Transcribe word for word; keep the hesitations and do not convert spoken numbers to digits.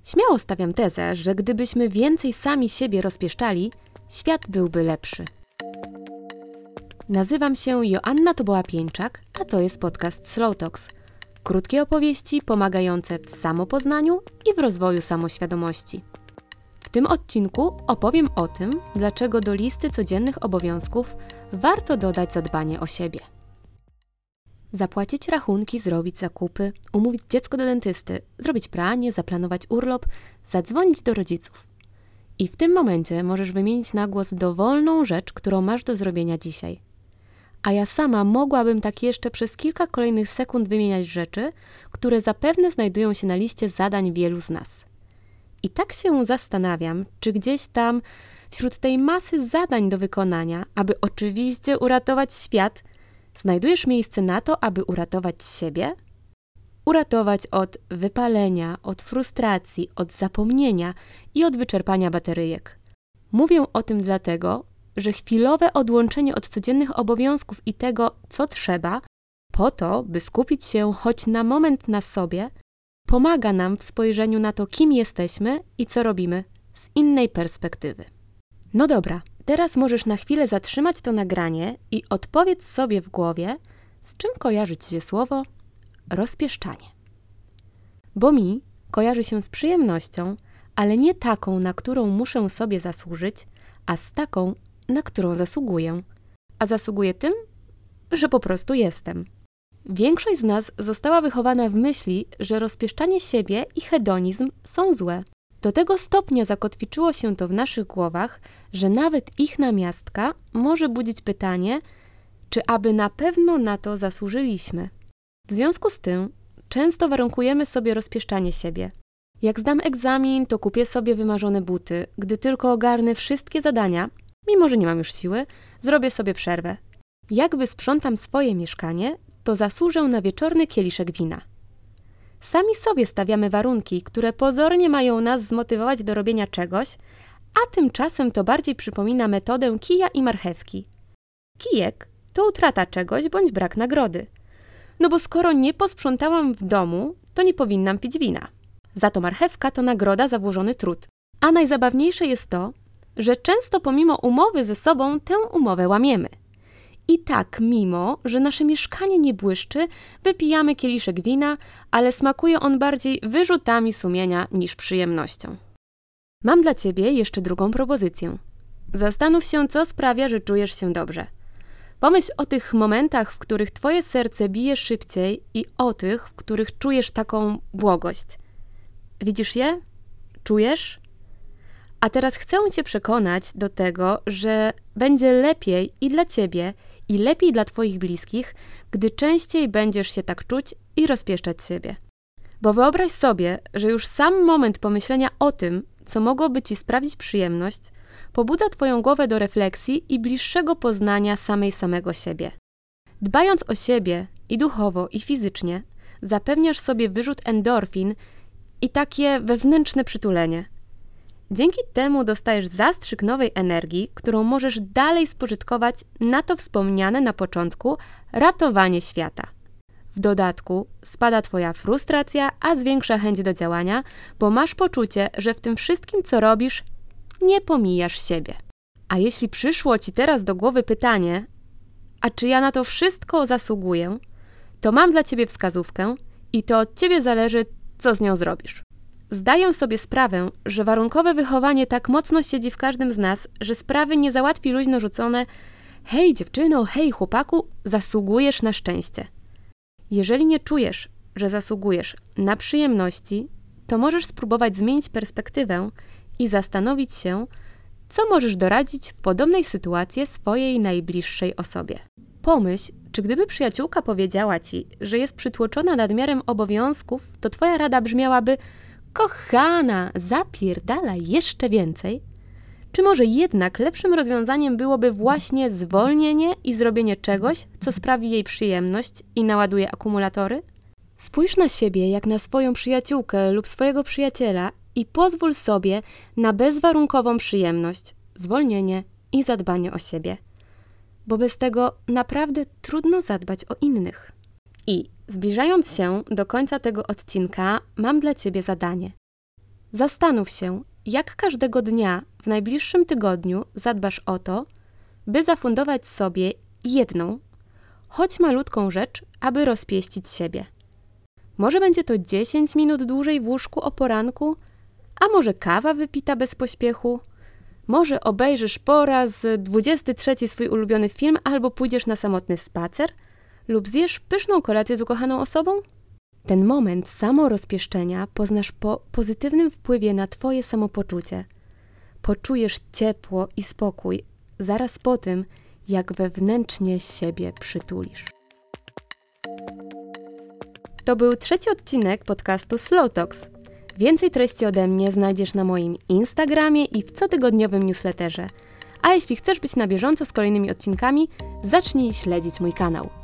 Śmiało stawiam tezę, że gdybyśmy więcej sami siebie rozpieszczali, świat byłby lepszy. Nazywam się Joanna Toboła-Pieńczak, a to jest podcast Slow Talks. Krótkie opowieści pomagające w samopoznaniu i w rozwoju samoświadomości. W tym odcinku opowiem o tym, dlaczego do listy codziennych obowiązków warto dodać zadbanie o siebie. Zapłacić rachunki, zrobić zakupy, umówić dziecko do dentysty, zrobić pranie, zaplanować urlop, zadzwonić do rodziców. I w tym momencie możesz wymienić na głos dowolną rzecz, którą masz do zrobienia dzisiaj. A ja sama mogłabym tak jeszcze przez kilka kolejnych sekund wymieniać rzeczy, które zapewne znajdują się na liście zadań wielu z nas. I tak się zastanawiam, czy gdzieś tam wśród tej masy zadań do wykonania, aby oczywiście uratować świat, znajdujesz miejsce na to, aby uratować siebie? Uratować od wypalenia, od frustracji, od zapomnienia i od wyczerpania bateryjek. Mówię o tym dlatego, że chwilowe odłączenie od codziennych obowiązków i tego, co trzeba, po to, by skupić się choć na moment na sobie, pomaga nam w spojrzeniu na to, kim jesteśmy i co robimy z innej perspektywy. No dobra, teraz możesz na chwilę zatrzymać to nagranie i odpowiedz sobie w głowie, z czym kojarzy Ci się słowo rozpieszczanie. Bo mi kojarzy się z przyjemnością, ale nie taką, na którą muszę sobie zasłużyć, a z taką, na którą zasługuję. A zasługuję tym, że po prostu jestem. Większość z nas została wychowana w myśli, że rozpieszczanie siebie i hedonizm są złe. Do tego stopnia zakotwiczyło się to w naszych głowach, że nawet ich namiastka może budzić pytanie, czy aby na pewno na to zasłużyliśmy. W związku z tym często warunkujemy sobie rozpieszczanie siebie. Jak zdam egzamin, to kupię sobie wymarzone buty. Gdy tylko ogarnę wszystkie zadania, mimo że nie mam już siły, zrobię sobie przerwę. Jak wysprzątam swoje mieszkanie, to zasłużę na wieczorny kieliszek wina. Sami sobie stawiamy warunki, które pozornie mają nas zmotywować do robienia czegoś, a tymczasem to bardziej przypomina metodę kija i marchewki. Kijek to utrata czegoś bądź brak nagrody. No bo skoro nie posprzątałam w domu, to nie powinnam pić wina. Za to marchewka to nagroda za włożony trud. A najzabawniejsze jest to, że często pomimo umowy ze sobą tę umowę łamiemy. I tak, mimo, że nasze mieszkanie nie błyszczy, wypijamy kieliszek wina, ale smakuje on bardziej wyrzutami sumienia niż przyjemnością. Mam dla Ciebie jeszcze drugą propozycję. Zastanów się, co sprawia, że czujesz się dobrze. Pomyśl o tych momentach, w których Twoje serce bije szybciej i o tych, w których czujesz taką błogość. Widzisz je? Czujesz? A teraz chcę Cię przekonać do tego, że będzie lepiej i dla Ciebie, i lepiej dla Twoich bliskich, gdy częściej będziesz się tak czuć i rozpieszczać siebie. Bo wyobraź sobie, że już sam moment pomyślenia o tym, co mogłoby Ci sprawić przyjemność, pobudza Twoją głowę do refleksji i bliższego poznania samej samego siebie. Dbając o siebie i duchowo, i fizycznie, zapewniasz sobie wyrzut endorfin i takie wewnętrzne przytulenie. Dzięki temu dostajesz zastrzyk nowej energii, którą możesz dalej spożytkować na to wspomniane na początku ratowanie świata. W dodatku spada Twoja frustracja, a zwiększa chęć do działania, bo masz poczucie, że w tym wszystkim, co robisz, nie pomijasz siebie. A jeśli przyszło Ci teraz do głowy pytanie, a czy ja na to wszystko zasługuję, to mam dla Ciebie wskazówkę i to od Ciebie zależy, co z nią zrobisz. Zdaję sobie sprawę, że warunkowe wychowanie tak mocno siedzi w każdym z nas, że sprawy nie załatwi luźno rzucone hej dziewczyno, hej chłopaku, zasługujesz na szczęście. Jeżeli nie czujesz, że zasługujesz na przyjemności, to możesz spróbować zmienić perspektywę i zastanowić się, co możesz doradzić w podobnej sytuacji swojej najbliższej osobie. Pomyśl, czy gdyby przyjaciółka powiedziała Ci, że jest przytłoczona nadmiarem obowiązków, to Twoja rada brzmiałaby kochana, zapierdalaj jeszcze więcej? Czy może jednak lepszym rozwiązaniem byłoby właśnie zwolnienie i zrobienie czegoś, co sprawi jej przyjemność i naładuje akumulatory? Spójrz na siebie jak na swoją przyjaciółkę lub swojego przyjaciela i pozwól sobie na bezwarunkową przyjemność, zwolnienie i zadbanie o siebie. Bo bez tego naprawdę trudno zadbać o innych. I zbliżając się do końca tego odcinka, mam dla Ciebie zadanie. Zastanów się, jak każdego dnia w najbliższym tygodniu zadbasz o to, by zafundować sobie jedną, choć malutką rzecz, aby rozpieścić siebie. Może będzie to dziesięć minut dłużej w łóżku o poranku, a może kawa wypita bez pośpiechu, może obejrzysz po raz dwudziesty trzeci swój ulubiony film albo pójdziesz na samotny spacer lub zjesz pyszną kolację z ukochaną osobą. Ten moment samorozpieszczenia poznasz po pozytywnym wpływie na twoje samopoczucie. Poczujesz ciepło i spokój zaraz po tym, jak wewnętrznie siebie przytulisz. To był trzeci odcinek podcastu Slow Talks. Więcej treści ode mnie znajdziesz na moim Instagramie i w cotygodniowym newsletterze. A jeśli chcesz być na bieżąco z kolejnymi odcinkami, zacznij śledzić mój kanał.